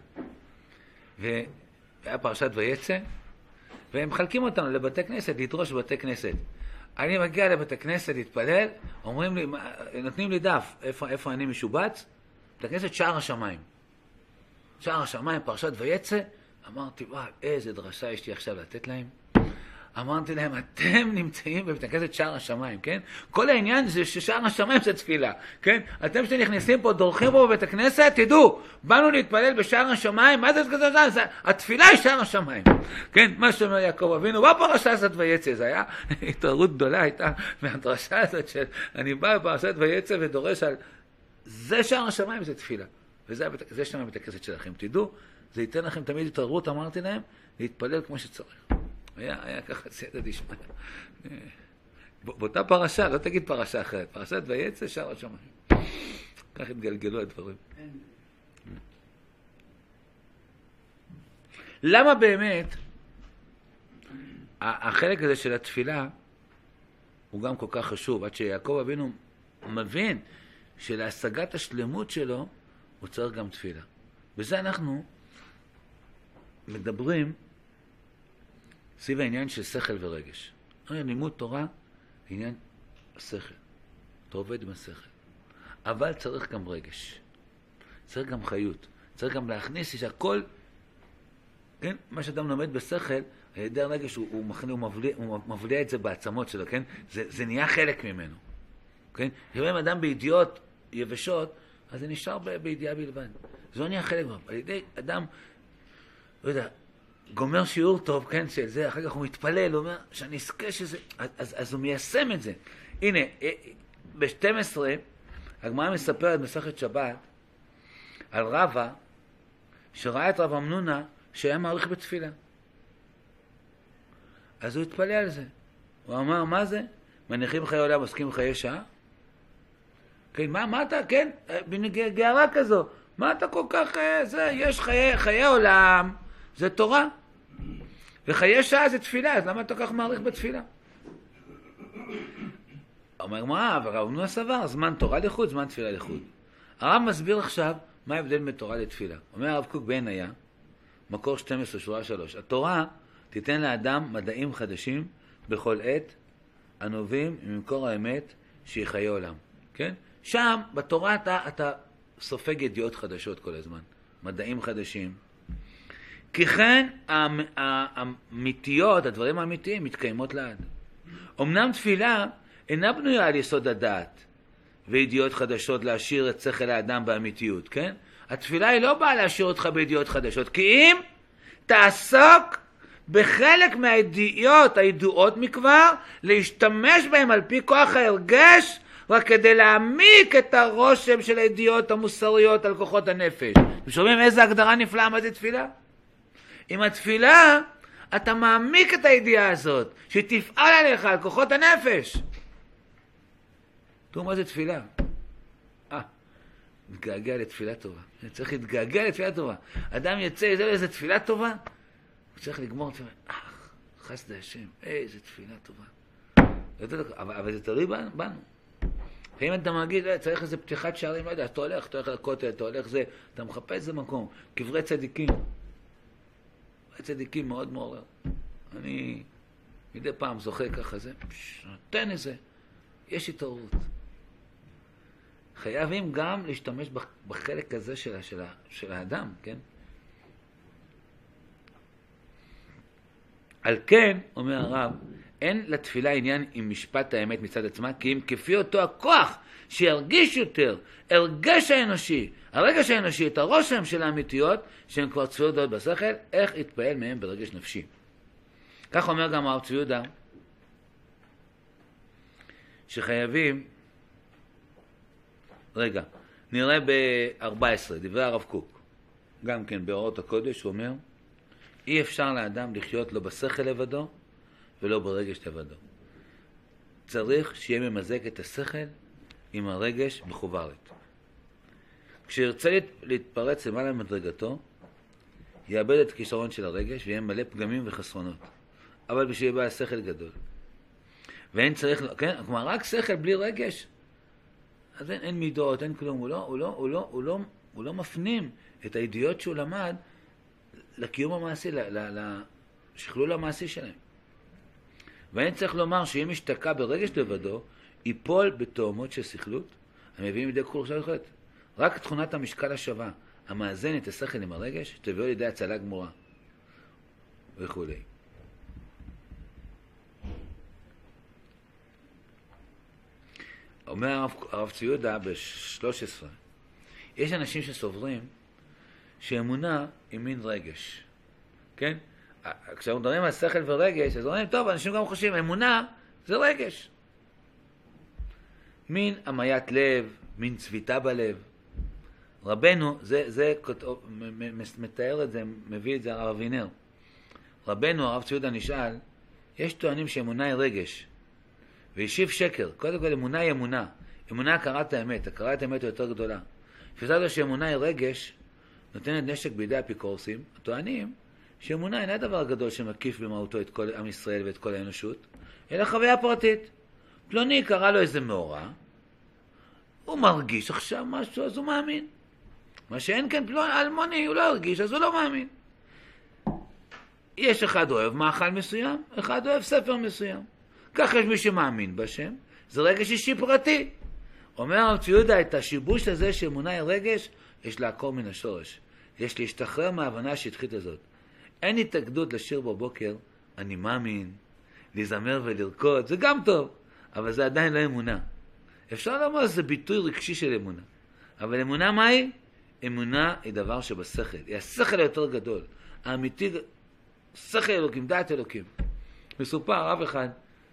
והיה פרשת ויצא, והם מחלקים אותנו לבתי כנסת, לדרוש בתי כנסת. אני מגיע לבית הכנסת, להתפלל, אומרים לי, נותנים לי דף, איפה אני משובץ? בית הכנסת שער השמיים. שער השמיים, פרשת ויצא, אמרתי, וואי, איזה דרשה יש לי עכשיו לתת להם. אמרתי להם, אתם נמצאים בבית הכנסת שער השמיים, כן? כל העניין זה ששער השמיים זה תפילה, כן? אתם שנכנסים פה, דורכים פה בבית הכנסת, תדעו, באנו להתפלל בשער השמיים, מה זה כזה? התפילה היא שער השמיים, כן? מה שאומר יעקב אבינו, בפרשה הזאת ויצא, זה היה התעוררות גדולה, הייתה מהדרשה הזאת של, אני בא בפרשת ויצא ודורש על, זה שער השמיים, זה תפילה, וזה שם בבית הכנסת שלכם, תדעו, זה ייתן לכם תמיד התעוררות, אמרתי להם, להתפלל כמו שצריך. היה ככה סייעתא דשמיא. באותה פרשה, לא תגיד פרשה אחרת, פרשת ויצא שער השמיים. כך התגלגלו הדברים. למה באמת החלק הזה של התפילה הוא גם כל כך חשוב, עד שיעקב אבינו מבין שלהשגת השלמות שלו הוא צריך גם תפילה. בזה אנחנו מדברים סביב העניין של שכל ורגש. לימוד תורה, עניין השכל. אתה עובד עם השכל. אבל צריך גם רגש. צריך גם חיות. צריך גם להכניס שהכל, כן, מה שאדם לומד בשכל, על ידי הרגש הוא מבליע את זה בעצמות שלו, כן? זה נהיה חלק ממנו, כן? כשבאים אדם בידיעות יבשות, אז זה נשאר בידיעה בלבד. זה לא נהיה חלק ממנו. על ידי אדם, לא יודע, גומר שיעור טוב, כן, של זה, אחר כך הוא מתפלל, הוא אומר, שאני אזכה שזה, אז הוא מיישם את זה. הנה, ב-12, הגמרא מספרת מסכת שבת, על רבא, שראה את רב אמנונה, שהיה מעריך בתפילה. אז הוא התפלא על זה. הוא אמר, מה זה? מניחים חיי עולם, עוסקים חיי שעה? כן, מה אתה, כן, בגערה כזו, מה אתה כל כך, זה, יש חיי עולם, זה תורה. וחיי שעה זה תפילה, אז למה אתה כל כך מעריך בתפילה? אומר, מה, אבל רב אמנונה סבר, זמן תורה לחוד, זמן תפילה לחוד. הרב מסביר עכשיו, מה ההבדל בין תורה לתפילה? אומר הרב קוק בן היה, מקור 12, שורה 3. התורה תיתן לאדם מדעים חדשים בכל עת, הנובעים ממקור האמת שהיא חיי עולם. כן? שם, בתורה אתה סופג ידיעות חדשות כל הזמן. מדעים חדשים. כי כן, האמיתיות, הדברים האמיתיים, מתקיימות לעד. אמנם תפילה אינה בנויה על יסוד הדעת, וידיעות חדשות להשאיר את שכל האדם באמיתיות, כן? התפילה היא לא באה להשאיר אותך בידיעות חדשות, כי אם תעסוק בחלק מהידיעות הידועות מכבר, להשתמש בהם על פי כוח ההרגש, רק כדי להעמיק את הרושם של הידיעות המוסריות על כוחות הנפש. אתם שומעים איזה הגדרה נפלאה מה זה תפילה? עם התפילה אתה מעמיק את הידיעה הזאת, שתפעל עליך על כוחות הנפש. תראו מה זה תפילה. מתגעגע לתפילה טובה. צריך להתגעגע לתפילה טובה. אדם יצא, איזה תפילה טובה, הוא צריך לגמור תפילה. חסד השם, איזה תפילה טובה. אבל זה תלוי בנו. ואם אתה מגיד, צריך איזה פתיחת שערים, לא יודע, אתה הולך לכותל, אתה הולך זה, אתה מחפש איזה מקום, קברי צדיקים. צדיקים מאוד מעורר. אני מדי פעם זוכה ככה זה, נותן איזה, יש התעוררות. חייבים גם להשתמש בחלק הזה של האדם, כן? על כן, אומר הרב, אין לתפילה עניין עם משפט האמת מצד עצמה, כי אם כפי אותו הכוח שירגיש יותר, הרגש האנושי, הרגש האנושי, את הרושם של האמיתיות, שהן כבר צפויות דעות בשכל, איך יתפעל מהם ברגש נפשי. כך אומר גם הרב צבי יהודה, שחייבים, רגע, נראה ב-14, דברי הרב קוק, גם כן באורות הקודש, הוא אומר, אי אפשר לאדם לחיות לא בשכל לבדו, ולא ברגש לבדו. צריך שיהיה ממזג את השכל עם הרגש מחוברת. כשירצה להתפרץ למעלה מדרגתו, יאבד את הכישרון של הרגש ויהיה מלא פגמים וחסרונות. אבל בשביל בעל שכל גדול. ואין צריך, כן, כלומר, רק שכל בלי רגש, אז אין מידות, אין כלום. הוא לא מפנים את הידיעות שהוא למד לקיום המעשי, לשכלול המעשי שלהם. ואין צריך לומר שאם השתקע ברגש לבדו, ייפול בתאומות של שכלות, המביאים לידי כול של חטא. רק תכונת המשקל השווה, המאזן את השכל עם הרגש, תביאו לידי הצלה גמורה. וכו'. אומר הרב צבי יהודה ב-13, יש אנשים שסוברים שאמונה היא מין רגש. כן? כשאנחנו מדברים על שכל ורגש, אז אומרים, טוב, אנשים גם חושבים, אמונה זה רגש. מין עמיית לב, מין צביטה בלב. רבנו, זה מתאר את זה, מביא את זה הרב אבינר. רבנו, הרב צבי יהודה נשאל, יש טוענים שאמונה היא רגש, והשיב שקר. קודם כל, אמונה היא אמונה. אמונה הכרת האמת, הכרת האמת היא יותר גדולה. תפיסתו שאמונה היא רגש, נותנת נשק בידי אפיקורסים, הטוענים שאמונה אינה דבר גדול שמקיף במהותו את כל עם ישראל ואת כל האנושות, אלא חוויה פרטית. פלוני קרא לו איזה מאורע, הוא מרגיש עכשיו משהו, אז הוא מאמין. מה שאין כן אלמוני, הוא לא הרגיש, אז הוא לא מאמין. יש אחד אוהב מאכל מסוים, אחד אוהב ספר מסוים. כך יש מי שמאמין בשם, זה רגש אישי פרטי. אומר הרב צבי יהודה, את השיבוש הזה שאמונה היא רגש, יש לעקור מן השורש. יש להשתחרר מההבנה השטחית הזאת. אין התאגדות לשיר בבוקר, אני מאמין, להזמר ולרקוד, זה גם טוב, אבל זה עדיין לא אמונה. אפשר לומר שזה ביטוי רגשי של אמונה. אבל אמונה מה היא? אמונה היא דבר שבשכל. היא השכל היותר גדול. האמיתי, שכל אלוקים, דעת אלוקים. מסופר רב אחד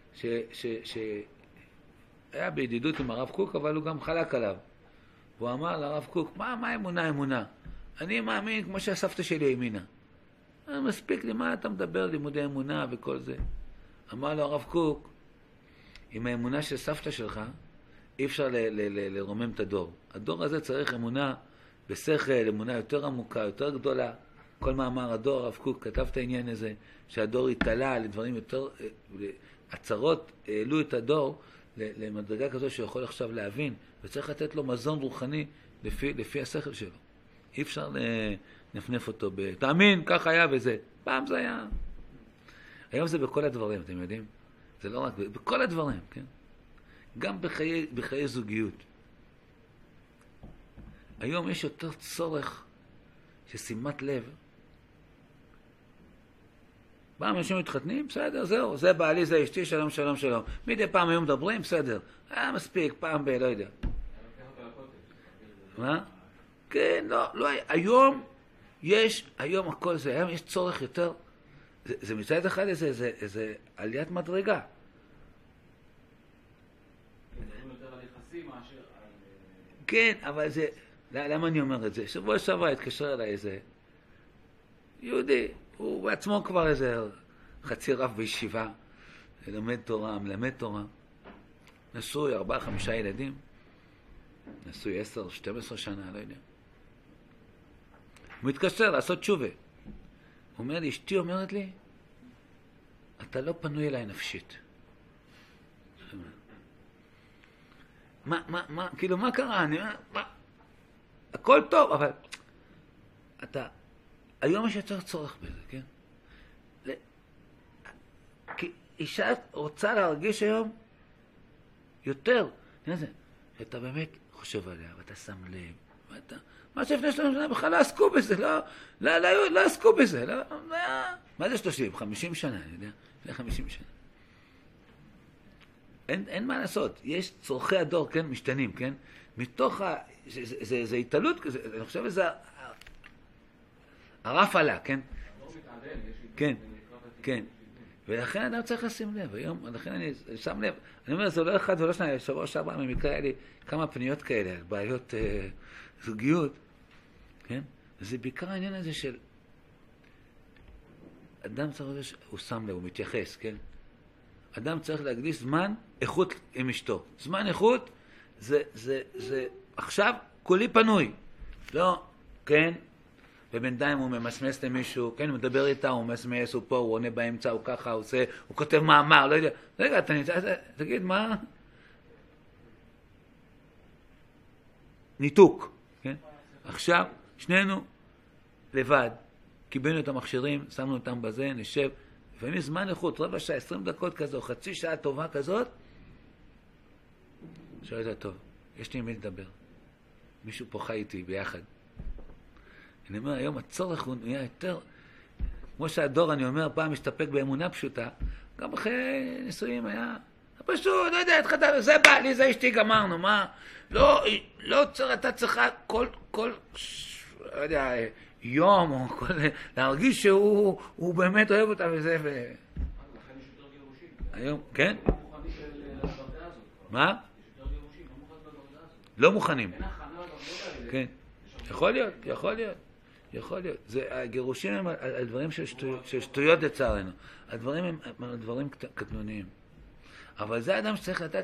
שהיה בידידות עם הרב קוק, אבל הוא גם חלק עליו. והוא אמר לרב קוק, מה אמונה? אני מאמין כמו שהסבתא שלי האמינה. מספיק לי, מה אתה מדבר, לימודי אמונה וכל זה? אמר לו הרב קוק, עם האמונה של סבתא שלך, אי אפשר לרומם את הדור. הדור הזה צריך אמונה בשכל, אמונה יותר עמוקה, יותר גדולה. כל מאמר הדור, הרב קוק כתב את העניין הזה, שהדור התעלה לדברים יותר, הצרות העלו את הדור למדרגה כזו שיכול עכשיו להבין, וצריך לתת לו מזון רוחני לפי השכל שלו. אי אפשר לנפנף אותו תאמין, כך היה וזה. פעם זה היה. היום זה בכל הדברים, אתם יודעים? זה לא רק, בכל הדברים, כן? גם בחיי זוגיות. היום יש יותר צורך ששימת לב. פעם אנשים מתחתנים, בסדר, זהו, זה בעלי, זה אשתי, שלום, שלום, שלום. מדי פעם היום מדברים, בסדר. מספיק, פעם לא יודע. מה? כן, לא, היום הכל זה, היום יש צורך יותר, זה מצד אחד איזה עליית מדרגה. כן, אבל זה, למה אני אומר את זה? שבוע שעבר התקשר אליי איזה יהודי, הוא בעצמו כבר איזה חצי רב בישיבה, מלמד תורה, נשוי 4-5 ילדים, נשוי 10-12 שנה, לא יודע. הוא מתקשר לעשות תשובה. הוא אומר לי, אשתי אומרת לי, אתה לא פנוי אליי נפשית. כאילו, מה קרה? הכל טוב, אבל היום יש יותר צורך בזה, כן? כי אישה רוצה להרגיש היום יותר, אתה באמת חושב עליה, ואתה שם לב, מה שלפני 30 שנה בכלל לא עסקו בזה, לא עסקו בזה, מה זה 30? 50 שנה, אני יודע, לפני 50 שנה. אין מה לעשות, יש צורכי הדור, כן, משתנים, כן? מתוך זה התעלות, אני חושב שזה הרף עלה, כן? כן, כן. ולכן אדם צריך לשים לב, היום, לכן אני שם לב, אני אומר, זה לא אחד ולא שניים, שבוע שעבר במקרה היה לי כמה פניות כאלה, בעיות זוגיות, כן? וזה בעיקר העניין הזה של אדם צריך לזה שהוא שם לב, הוא מתייחס, כן? אדם צריך להקדיש זמן איכות עם אשתו. זמן איכות זה עכשיו כולי פנוי. לא, כן? ובינתיים הוא ממסמס למישהו, כן, הוא מדבר איתה, הוא ממסמס, הוא פה, הוא עונה באמצע, הוא ככה, הוא עושה, הוא כותב מאמר, לא יודע. רגע, תגיד, מה? ניתוק, כן? עכשיו, שנינו לבד, קיבלנו את המכשירים, שמנו אותם בזה, נשב, לפעמים זמן איכות, רבע שעה, 20 דקות כזו, חצי שעה טובה כזאת, שואלת, טוב, יש לי עם מי לדבר. מישהו פה חי איתי ביחד. אני אומר, היום הצורך הוא נהיה יותר, כמו שהדור, אני אומר, פעם מסתפק באמונה פשוטה, גם אחרי נישואים היה, פשוט, לא יודע, זה בא לי, זה אשתי, גמרנו, מה? לא אתה צריכה כל, לא יודע, יום, או כל, להרגיש שהוא באמת אוהב אותה וזה, לכן יש יותר גירושים. היום, כן? לא מוכנים לדרגה הזאת. מה? יש יותר גירושים, לא מוכנים לדרגה הזאת. לא מוכנים. אין הכנה לדרגות האלה. כן. יכול להיות. זה, הגירושים הם על דברים של שטויות לצערנו. הדברים הם דברים קטנוניים. אבל זה האדם שצריך לדעת,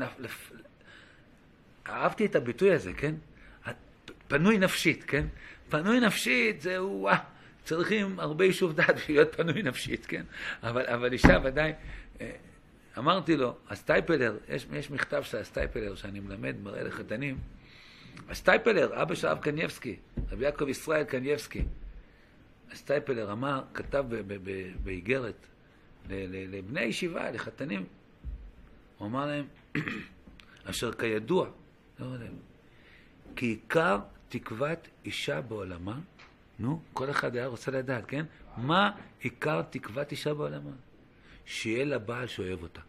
אהבתי את הביטוי הזה, כן? פנוי נפשית, כן? פנוי נפשית זהו, צריכים הרבה יישוב דעת להיות פנוי נפשית, כן? אבל אישה ודאי, אמרתי לו, הסטייפלר, יש מכתב של הסטייפלר שאני מלמד, מראה לחתנים, הסטייפלר, אבא של הרב קנייבסקי, רב יעקב ישראל קנייבסקי, הסטייפלר אמר, כתב באיגרת לבני ישיבה, לחתנים, הוא אמר להם, אשר כידוע, לא יודע, כי עיקר תקוות אישה בעולמה, נו, כל אחד היה רוצה לדעת, כן? מה עיקר תקוות אישה בעולמה? שיהיה לה בעל שאוהב אותה.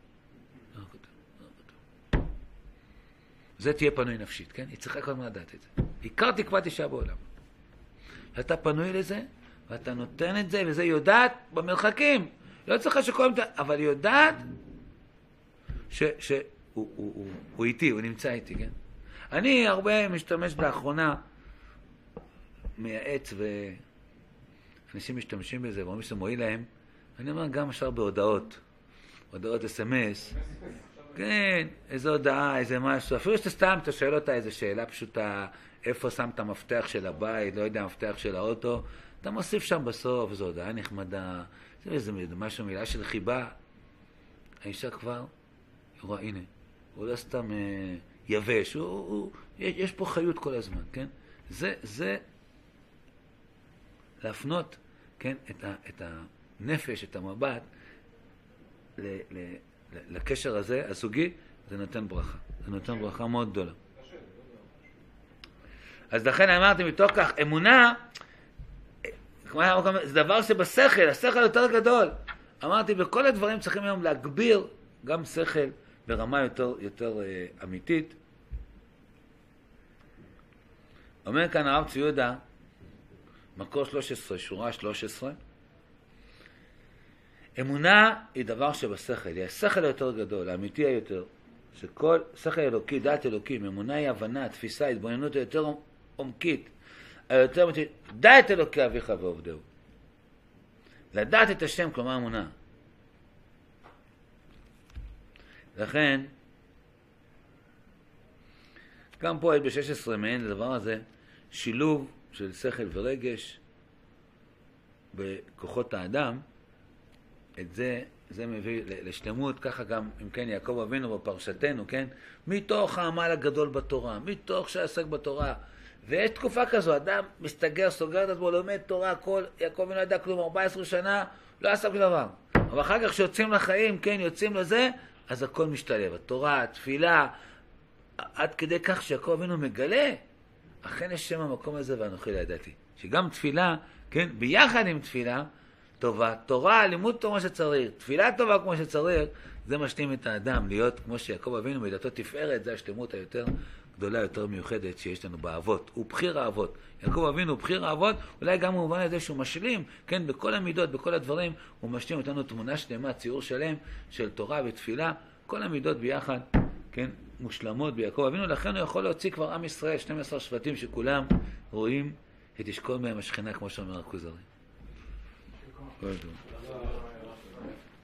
זה תהיה פנוי נפשית, כן? היא צריכה כל הזמן לדעת את זה. עיקר תקוות אישה בעולם. אתה פנוי לזה, ואתה נותן את זה, וזה יודעת במרחקים. לא צריכה שכל מיני, אבל היא יודעת שהוא איתי, הוא נמצא איתי, כן? אני הרבה משתמש לאחרונה, מייעץ, ואנשים משתמשים בזה, ואומרים שזה מועיל להם. אני אומר גם אפשר בהודעות, הודעות SMS, כן, איזו הודעה, איזה משהו, אפילו שאתה סתם, אתה שואל אותה איזו שאלה פשוטה, איפה שמת המפתח של הבית, לא יודע, המפתח של האוטו, אתה מוסיף שם בסוף, איזו הודעה נחמדה, זה משהו, מילה של חיבה, האישה כבר, היא רואה, הנה, הוא לא סתם יבש, יש פה חיות כל הזמן, כן? זה להפנות, כן, את הנפש, את המבט, לקשר הזה, הסוגי, זה נותן ברכה. זה נותן ברכה מאוד גדולה. אז לכן אמרתי מתוך כך, אמונה, זה דבר שבשכל, השכל יותר גדול. אמרתי, בכל הדברים צריכים היום להגביר גם שכל ברמה יותר אמיתית. אומר כאן הרב צבי יהודה, מקור 13, שורה 13, אמונה היא דבר שבשכל, היא השכל היותר גדול, האמיתי היותר, שכל שכל אלוקי, דעת אלוקים, אמונה היא הבנה, תפיסה, התבוננות היותר עומקית, היותר אמיתית, דע את אלוקי אביך ועובדהו. לדעת את השם, כלומר אמונה. לכן, גם פה ב-16 מעין לדבר הזה, שילוב של שכל ורגש בכוחות האדם, את זה מביא לשלמות, ככה גם, אם כן, יעקב אבינו בפרשתנו, כן? מתוך העמל הגדול בתורה, מתוך שעסק בתורה, ויש תקופה כזו, אדם מסתגר, סוגר את עצמו, לומד תורה, יעקב אבינו ידע כלום, 14 שנה, לא עשה כל דבר. אבל אחר כך שיוצאים לחיים, כן, יוצאים לזה, אז הכל משתלב. התורה, התפילה, עד כדי כך שיעקב אבינו מגלה, אכן יש שם המקום הזה ואנוכי לא ידעתי. שגם תפילה, כן, ביחד עם תפילה, טובה, תורה, לימוד תורה שצריך, תפילה טובה כמו שצריך, זה משלים את האדם להיות כמו שיעקב אבינו מידתו תפארת, זה השלמות היותר גדולה, יותר מיוחדת שיש לנו באבות. הוא בחיר האבות. יעקב אבינו הוא בחיר האבות, אולי גם במובן הזה שהוא משלים, כן, בכל המידות, בכל הדברים, הוא משלים אותנו תמונה שלמה, ציור שלם של תורה ותפילה, כל המידות ביחד, כן, מושלמות ביעקב אבינו, לכן הוא יכול להוציא כבר עם ישראל, 12 שבטים שכולם רואים את תשכון מהם השכינה, כמו שאומר הכוזרי. כל טוב.